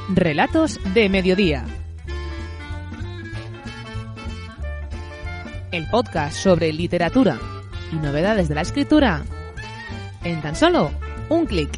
Relatos de Mediodía. El podcast sobre literatura y novedades de la escritura en tan solo un clic.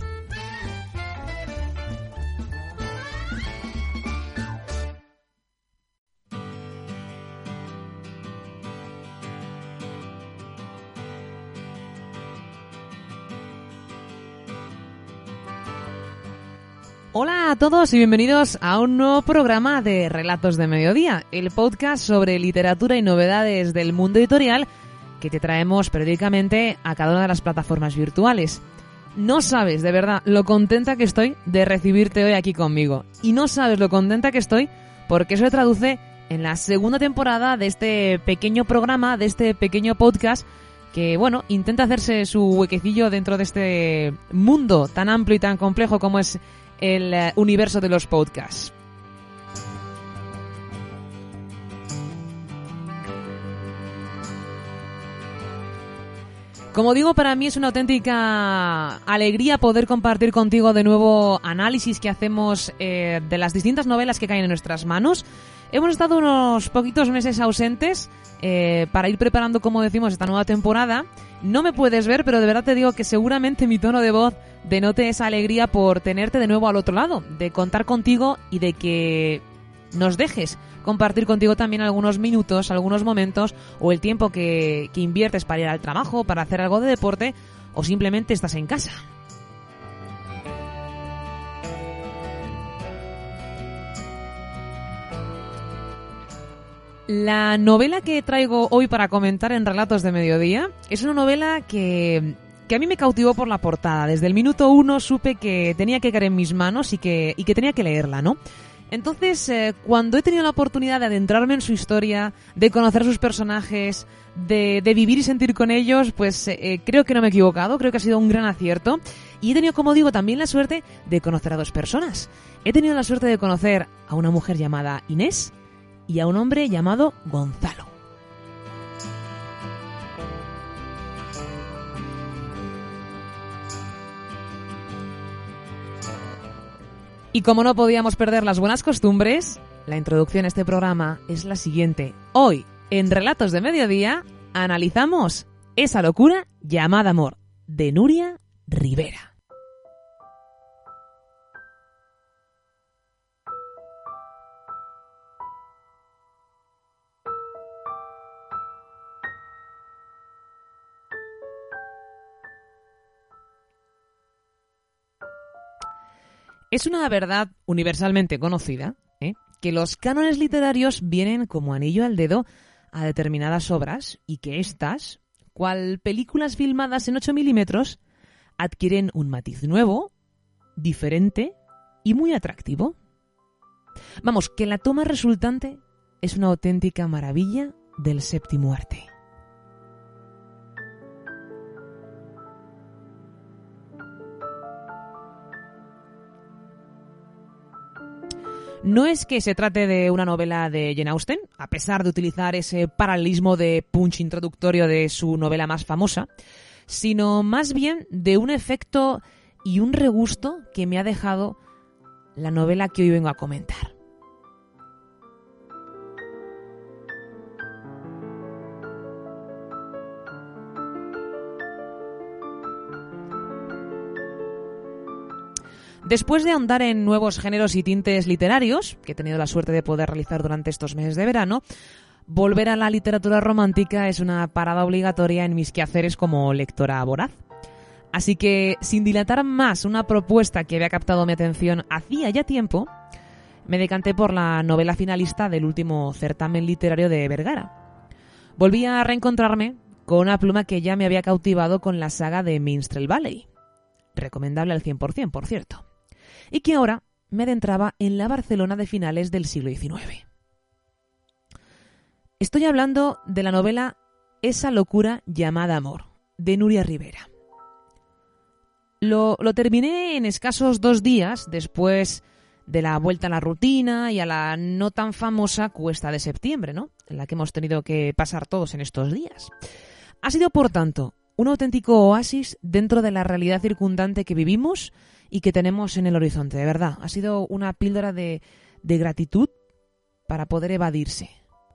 Hola a todos y bienvenidos a un nuevo programa de Relatos de Mediodía, el podcast sobre literatura y novedades del mundo editorial que te traemos periódicamente a cada una de las plataformas virtuales. No sabes, de verdad, lo contenta que estoy de recibirte hoy aquí conmigo. Y no sabes lo contenta que estoy porque eso se traduce en la segunda temporada de este pequeño programa, de este pequeño podcast que, bueno, intenta hacerse su huequecillo dentro de este mundo tan amplio y tan complejo como es el universo de los podcasts. Como digo, para mí es una auténtica alegría poder compartir contigo de nuevo análisis que hacemos de las distintas novelas que caen en nuestras manos. Hemos estado unos poquitos meses ausentes para ir preparando, como decimos, esta nueva temporada. No me puedes ver, pero de verdad te digo que seguramente mi tono de voz denote esa alegría por tenerte de nuevo al otro lado, de contar contigo y de que nos dejes compartir contigo también algunos minutos, algunos momentos o el tiempo que inviertes para ir al trabajo, para hacer algo de deporte o simplemente estás en casa. La novela que traigo hoy para comentar en Relatos de Mediodía es una novela que a mí me cautivó por la portada. Desde el minuto 1 supe que tenía que caer en mis manos y que tenía que leerla, ¿no? Entonces, cuando he tenido la oportunidad de adentrarme en su historia, de conocer sus personajes, de vivir y sentir con ellos, pues creo que no me he equivocado, creo que ha sido un gran acierto. Y he tenido, como digo, también la suerte de conocer a dos personas. He tenido la suerte de conocer a una mujer llamada Inés y a un hombre llamado Gonzalo. Y como no podíamos perder las buenas costumbres, la introducción a este programa es la siguiente. Hoy, en Relatos de Mediodía, analizamos Esa locura llamada amor, de Núria Rivera. Es una verdad universalmente conocida, que los cánones literarios vienen como anillo al dedo a determinadas obras y que éstas, cual películas filmadas en 8 milímetros, adquieren un matiz nuevo, diferente y muy atractivo. Vamos, que la toma resultante es una auténtica maravilla del séptimo arte. No es que se trate de una novela de Jane Austen, a pesar de utilizar ese paralelismo de punch introductorio de su novela más famosa, sino más bien de un efecto y un regusto que me ha dejado la novela que hoy vengo a comentar. Después de ahondar en nuevos géneros y tintes literarios, que he tenido la suerte de poder realizar durante estos meses de verano, volver a la literatura romántica es una parada obligatoria en mis quehaceres como lectora voraz. Así que, sin dilatar más una propuesta que había captado mi atención hacía ya tiempo, me decanté por la novela finalista del último certamen literario de Vergara. Volví a reencontrarme con una pluma que ya me había cautivado con la saga de Minstrel Valley. Recomendable al 100%, por cierto. Y que ahora me adentraba en la Barcelona de finales del siglo XIX. Estoy hablando de la novela Esa locura llamada amor, de Núria Rivera. Lo terminé en escasos 2 días después de la vuelta a la rutina y a la no tan famosa Cuesta de Septiembre, ¿no?, en la que hemos tenido que pasar todos en estos días. Ha sido, por tanto, un auténtico oasis dentro de la realidad circundante que vivimos y que tenemos en el horizonte, de verdad. Ha sido una píldora de gratitud para poder evadirse.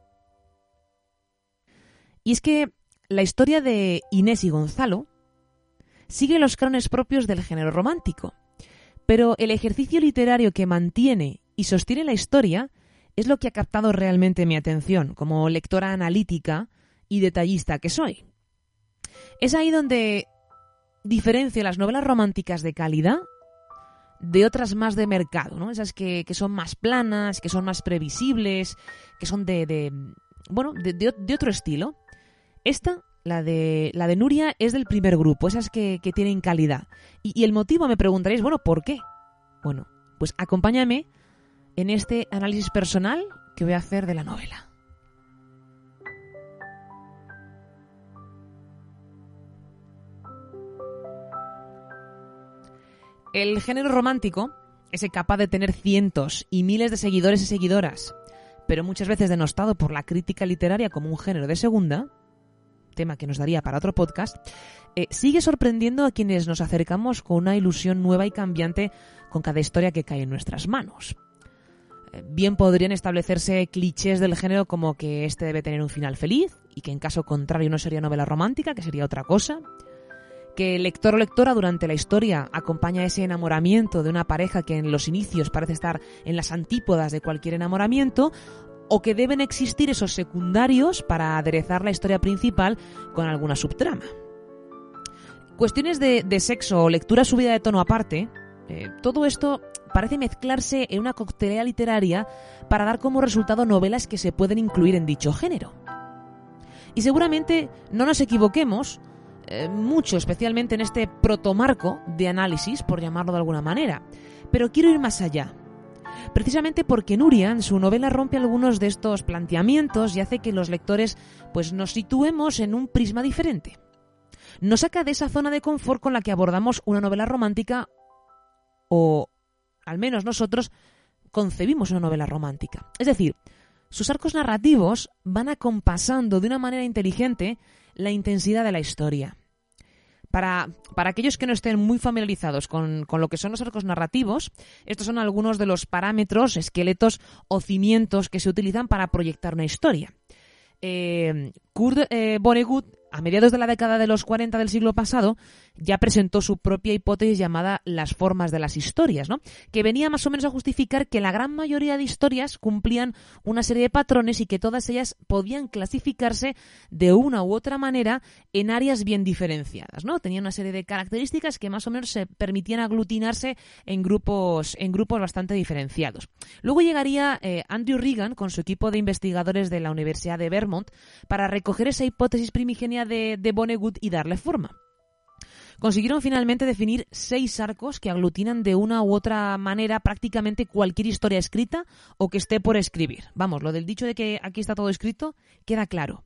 Y es que la historia de Inés y Gonzalo sigue los cánones propios del género romántico, pero el ejercicio literario que mantiene y sostiene la historia es lo que ha captado realmente mi atención como lectora analítica y detallista que soy. Es ahí donde diferencio las novelas románticas de calidad de otras más de mercado, ¿no? Esas que son más planas, que son más previsibles, que son de otro estilo. Esta, la de Nuria, es del primer grupo, esas que tienen calidad. Y el motivo, me preguntaréis, bueno, ¿por qué? Bueno, pues acompáñame en este análisis personal que voy a hacer de la novela. El género romántico, ese capaz de tener cientos y miles de seguidores y seguidoras, pero muchas veces denostado por la crítica literaria como un género de segunda, tema que nos daría para otro podcast, sigue sorprendiendo a quienes nos acercamos con una ilusión nueva y cambiante con cada historia que cae en nuestras manos. Bien podrían establecerse clichés del género como que este debe tener un final feliz y que en caso contrario no sería novela romántica, que sería otra cosa, que el lector o lectora durante la historia acompaña ese enamoramiento de una pareja que en los inicios parece estar en las antípodas de cualquier enamoramiento, o que deben existir esos secundarios para aderezar la historia principal con alguna subtrama. Cuestiones de sexo o lectura subida de tono aparte, todo esto parece mezclarse en una coctelera literaria para dar como resultado novelas que se pueden incluir en dicho género. Y seguramente no nos equivoquemos mucho, especialmente en este protomarco de análisis, por llamarlo de alguna manera. Pero quiero ir más allá. Precisamente porque Nuria, en su novela, rompe algunos de estos planteamientos y hace que los lectores pues, nos situemos en un prisma diferente. Nos saca de esa zona de confort con la que abordamos una novela romántica, o al menos nosotros concebimos una novela romántica. Es decir, sus arcos narrativos van acompasando de una manera inteligente la intensidad de la historia. Para aquellos que no estén muy familiarizados con lo que son los arcos narrativos, estos son algunos de los parámetros, esqueletos o cimientos que se utilizan para proyectar una historia. Kurt Vonnegut, a mediados de la década de los 40 del siglo pasado, ya presentó su propia hipótesis llamada las formas de las historias, ¿no? Que venía más o menos a justificar que la gran mayoría de historias cumplían una serie de patrones y que todas ellas podían clasificarse de una u otra manera en áreas bien diferenciadas, ¿no? Tenían una serie de características que más o menos se permitían aglutinarse en grupos bastante diferenciados. Luego llegaría Andrew Regan con su equipo de investigadores de la Universidad de Vermont para recoger esa hipótesis primigenia de Vonnegut y darle forma. Consiguieron finalmente definir 6 arcos que aglutinan de una u otra manera prácticamente cualquier historia escrita o que esté por escribir. Vamos, lo del dicho de que aquí está todo escrito queda claro.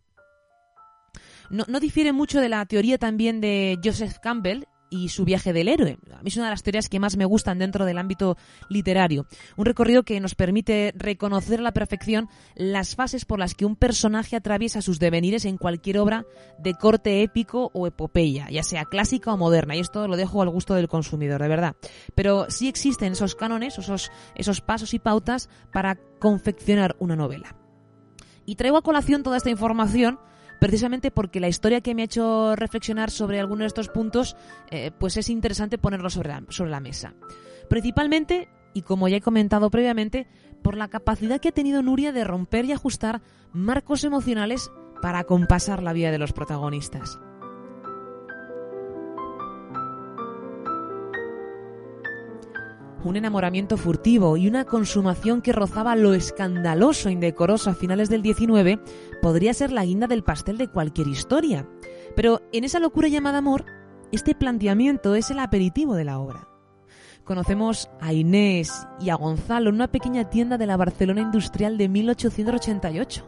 No difiere mucho de la teoría también de Joseph Campbell y su viaje del héroe. A mí es una de las teorías que más me gustan dentro del ámbito literario. Un recorrido que nos permite reconocer a la perfección las fases por las que un personaje atraviesa sus devenires en cualquier obra de corte épico o epopeya, ya sea clásica o moderna. Y esto lo dejo al gusto del consumidor, de verdad. Pero sí existen esos cánones, esos pasos y pautas para confeccionar una novela. Y traigo a colación toda esta información precisamente porque la historia que me ha hecho reflexionar sobre algunos de estos puntos pues es interesante ponerlo sobre la mesa. Principalmente, y como ya he comentado previamente, por la capacidad que ha tenido Nuria de romper y ajustar marcos emocionales para acompasar la vida de los protagonistas. Un enamoramiento furtivo y una consumación que rozaba lo escandaloso e indecoroso a finales del XIX podría ser la guinda del pastel de cualquier historia. Pero en esa locura llamada amor, este planteamiento es el aperitivo de la obra. Conocemos a Inés y a Gonzalo en una pequeña tienda de la Barcelona industrial de 1888.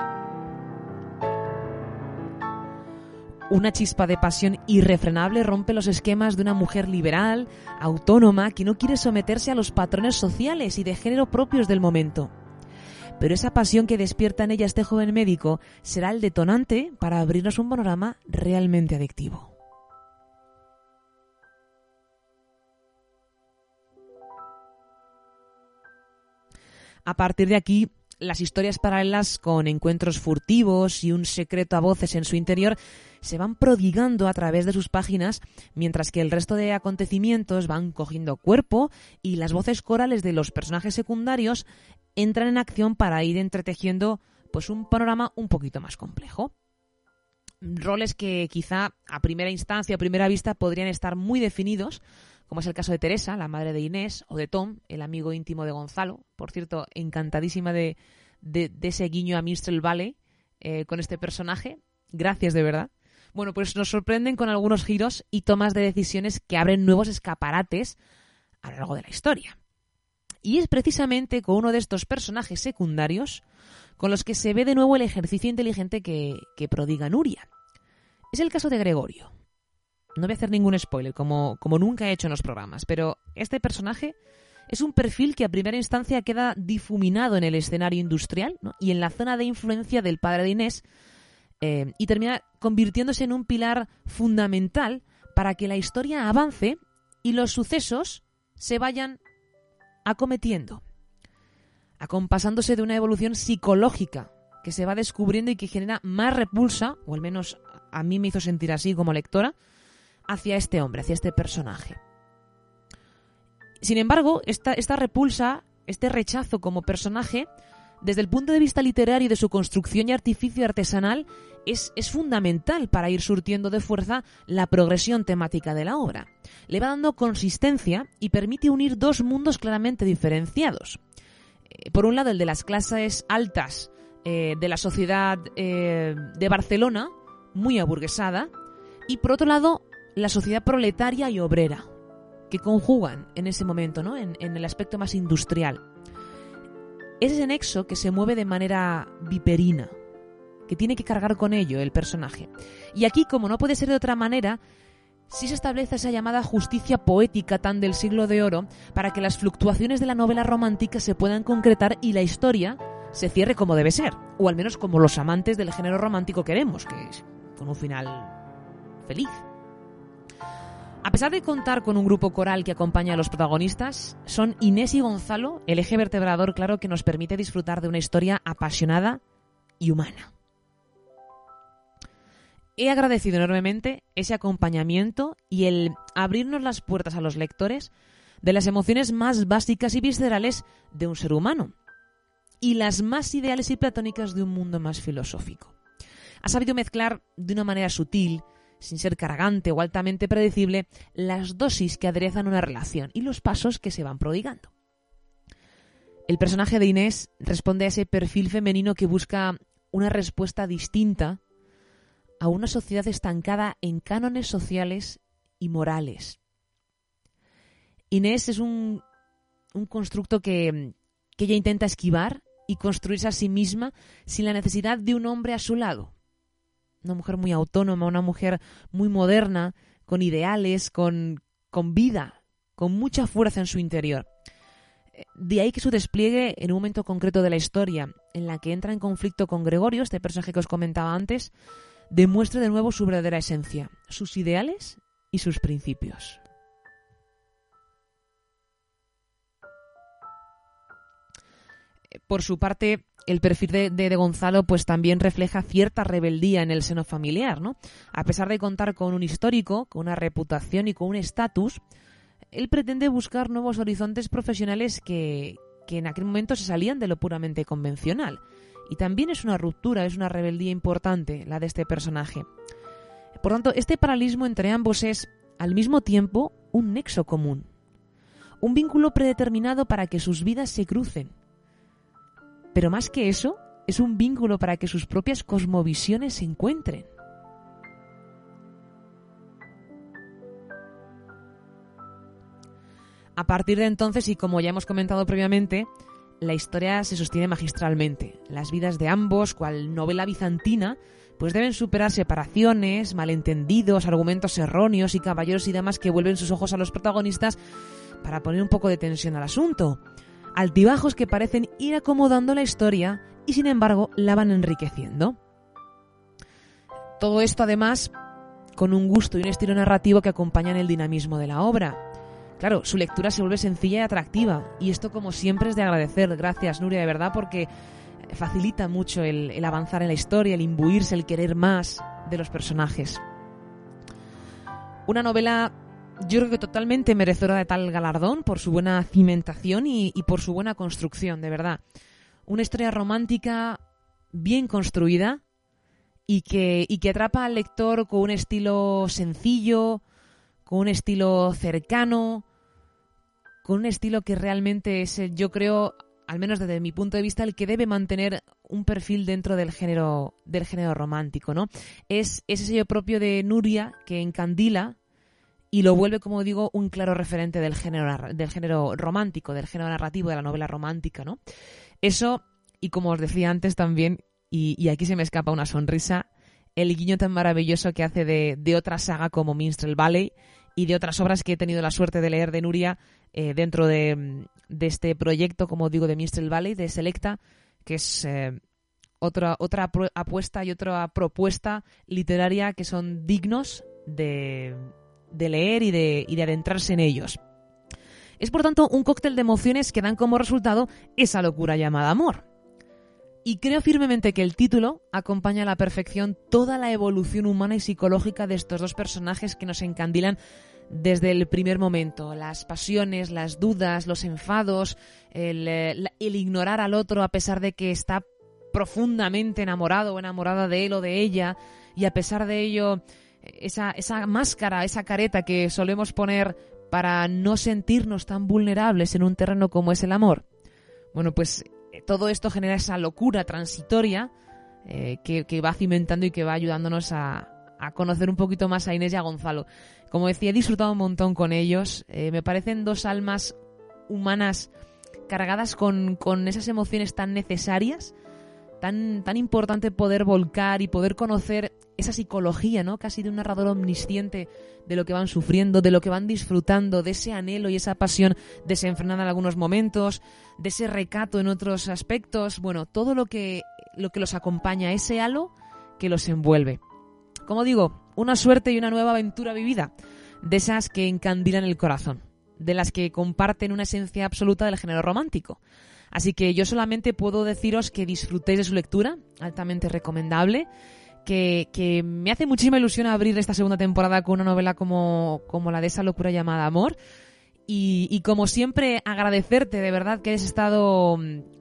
Una chispa de pasión irrefrenable rompe los esquemas de una mujer liberal, autónoma, que no quiere someterse a los patrones sociales y de género propios del momento. Pero esa pasión que despierta en ella este joven médico será el detonante para abrirnos un panorama realmente adictivo. A partir de aquí, las historias paralelas con encuentros furtivos y un secreto a voces en su interior se van prodigando a través de sus páginas, mientras que el resto de acontecimientos van cogiendo cuerpo y las voces corales de los personajes secundarios entran en acción para ir entretejiendo pues un panorama un poquito más complejo. Roles que quizá a primera instancia, a primera vista, podrían estar muy definidos, como es el caso de Teresa, la madre de Inés, o de Tom, el amigo íntimo de Gonzalo. Por cierto, encantadísima de ese guiño a Minstrel Valley con este personaje. Gracias, de verdad. Bueno, pues nos sorprenden con algunos giros y tomas de decisiones que abren nuevos escaparates a lo largo de la historia. Y es precisamente con uno de estos personajes secundarios con los que se ve de nuevo el ejercicio inteligente que prodiga Nuria. Es el caso de Gregorio. No voy a hacer ningún spoiler, como nunca he hecho en los programas, pero este personaje es un perfil que a primera instancia queda difuminado en el escenario industrial, ¿no? Y en la zona de influencia del padre de Inés, y termina convirtiéndose en un pilar fundamental para que la historia avance y los sucesos se vayan acometiendo, acompasándose de una evolución psicológica que se va descubriendo y que genera más repulsa, o al menos a mí me hizo sentir así como lectora, hacia este hombre, hacia este personaje. Sin embargo, esta repulsa, este rechazo como personaje, desde el punto de vista literario y de su construcción y artificio artesanal, es fundamental para ir surtiendo de fuerza la progresión temática de la obra. Le va dando consistencia y permite unir dos mundos claramente diferenciados. Por un lado, el de las clases altas de la sociedad de Barcelona, muy aburguesada, y por otro lado, la sociedad proletaria y obrera, que conjugan en ese momento, ¿no? en el aspecto más industrial. Es ese nexo que se mueve de manera viperina, que tiene que cargar con ello el personaje. Y aquí, como no puede ser de otra manera, sí se establece esa llamada justicia poética tan del siglo de oro para que las fluctuaciones de la novela romántica se puedan concretar y la historia se cierre como debe ser, o al menos como los amantes del género romántico queremos, que es con un final feliz. A pesar de contar con un grupo coral que acompaña a los protagonistas, son Inés y Gonzalo el eje vertebrador claro que nos permite disfrutar de una historia apasionada y humana. He agradecido enormemente ese acompañamiento y el abrirnos las puertas a los lectores de las emociones más básicas y viscerales de un ser humano y las más ideales y platónicas de un mundo más filosófico. Ha sabido mezclar de una manera sutil, sin ser cargante o altamente predecible, las dosis que aderezan una relación y los pasos que se van prodigando. El personaje de Inés responde a ese perfil femenino que busca una respuesta distinta a una sociedad estancada en cánones sociales y morales. Inés es un constructo que ella intenta esquivar y construirse a sí misma sin la necesidad de un hombre a su lado. Una mujer muy autónoma, una mujer muy moderna, con ideales, con vida, con mucha fuerza en su interior. De ahí que su despliegue en un momento concreto de la historia, en la que entra en conflicto con Gregorio, este personaje que os comentaba antes, demuestra de nuevo su verdadera esencia, sus ideales y sus principios. Por su parte, el perfil de Gonzalo pues también refleja cierta rebeldía en el seno familiar, ¿no? A pesar de contar con un histórico, con una reputación y con un estatus, él pretende buscar nuevos horizontes profesionales que en aquel momento se salían de lo puramente convencional. Y también es una ruptura, es una rebeldía importante la de este personaje. Por tanto, este paralelismo entre ambos es, al mismo tiempo, un nexo común. Un vínculo predeterminado para que sus vidas se crucen. Pero más que eso, es un vínculo para que sus propias cosmovisiones se encuentren. A partir de entonces, y como ya hemos comentado previamente, la historia se sostiene magistralmente. Las vidas de ambos, cual novela bizantina, pues deben superar separaciones, malentendidos, argumentos erróneos y caballeros y damas que vuelven sus ojos a los protagonistas para poner un poco de tensión al asunto. Altibajos que parecen ir acomodando la historia y sin embargo la van enriqueciendo. Todo esto además con un gusto y un estilo narrativo que acompañan el dinamismo de la obra. claro, su lectura se vuelve sencilla y atractiva. Y esto, como siempre, es de agradecer. Gracias, Nuria, de verdad, porque facilita mucho el avanzar en la historia, el imbuirse, el querer más de los personajes. Una novela, yo creo que totalmente merecedora de tal galardón por su buena cimentación y por su buena construcción, de verdad. Una historia romántica bien construida y que atrapa al lector con un estilo sencillo, con un estilo cercano, con un estilo que realmente es, yo creo, al menos desde mi punto de vista, el que debe mantener un perfil dentro del género romántico, ¿no? Es ese sello propio de Nuria que encandila y lo vuelve, como digo, un claro referente del género romántico, del género narrativo, de la novela romántica, ¿no? Eso, y como os decía antes también, y aquí se me escapa una sonrisa, el guiño tan maravilloso que hace de otra saga como Minstrel Valley y de otras obras que he tenido la suerte de leer de Nuria dentro de este proyecto, como digo, de Minstrel Valley, de Selecta, que es otra apuesta y otra propuesta literaria que son dignos de leer y de adentrarse en ellos. Es, por tanto, un cóctel de emociones que dan como resultado esa locura llamada amor. Y creo firmemente que el título acompaña a la perfección toda la evolución humana y psicológica de estos dos personajes que nos encandilan desde el primer momento. Las pasiones, las dudas, los enfados, el ignorar al otro a pesar de que está profundamente enamorado o enamorada de él o de ella, y a pesar de ello esa máscara, esa careta que solemos poner para no sentirnos tan vulnerables en un terreno como es el amor. Bueno, pues todo esto genera esa locura transitoria que va cimentando y que va ayudándonos a conocer un poquito más a Inés y a Gonzalo. Como decía, he disfrutado un montón con ellos. Me parecen dos almas humanas cargadas con esas emociones tan necesarias, tan importante poder volcar y poder conocer esa psicología, ¿no? Casi de un narrador omnisciente de lo que van sufriendo, de lo que van disfrutando, de ese anhelo y esa pasión desenfrenada en algunos momentos, de ese recato en otros aspectos. Bueno, todo lo que los acompaña, ese halo que los envuelve. Como digo, una suerte y una nueva aventura vivida, de esas que encandilan el corazón, de las que comparten una esencia absoluta del género romántico. Así que yo solamente puedo deciros que disfrutéis de su lectura, altamente recomendable, que me hace muchísima ilusión abrir esta segunda temporada con una novela como la de esa locura llamada Amor. Y como siempre, agradecerte de verdad que hayas estado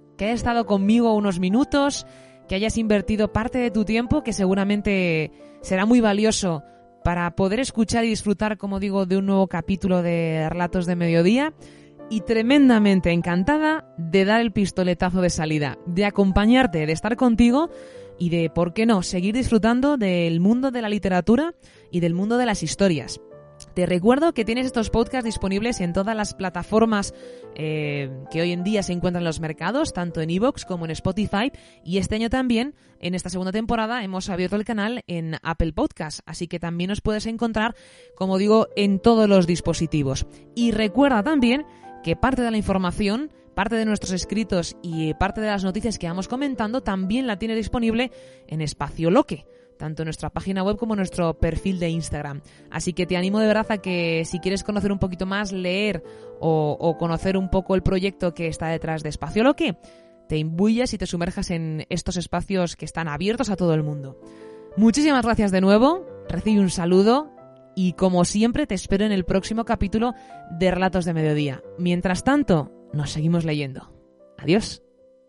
conmigo unos minutos, que hayas invertido parte de tu tiempo, que seguramente será muy valioso para poder escuchar y disfrutar, como digo, de un nuevo capítulo de Relatos de Mediodía. Y tremendamente encantada de dar el pistoletazo de salida, de acompañarte, de estar contigo y de, ¿por qué no?, seguir disfrutando del mundo de la literatura y del mundo de las historias. Te recuerdo que tienes estos podcasts disponibles en todas las plataformas que hoy en día se encuentran en los mercados, tanto en iVoox como en Spotify, y este año también, en esta segunda temporada, hemos abierto el canal en Apple Podcasts, así que también nos puedes encontrar, como digo, en todos los dispositivos. Y recuerda también que parte de la información, parte de nuestros escritos y parte de las noticias que vamos comentando también la tienes disponible en Espacio Loque, tanto en nuestra página web como en nuestro perfil de Instagram. Así que te animo de verdad a que, si quieres conocer un poquito más, leer o conocer un poco el proyecto que está detrás de Espacio Loque, te imbuyas y te sumerjas en estos espacios que están abiertos a todo el mundo. Muchísimas gracias de nuevo, recibe un saludo y, como siempre, te espero en el próximo capítulo de Relatos de Mediodía. Mientras tanto, nos seguimos leyendo. Adiós.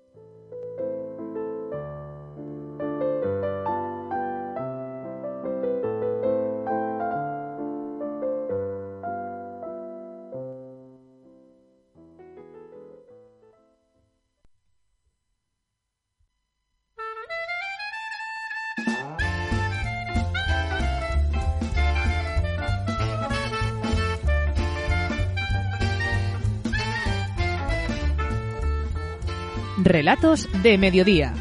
Relatos de Mediodía.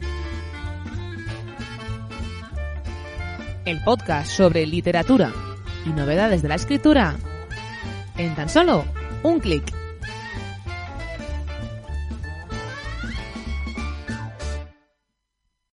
El podcast sobre literatura y novedades de la escritura en tan solo un clic.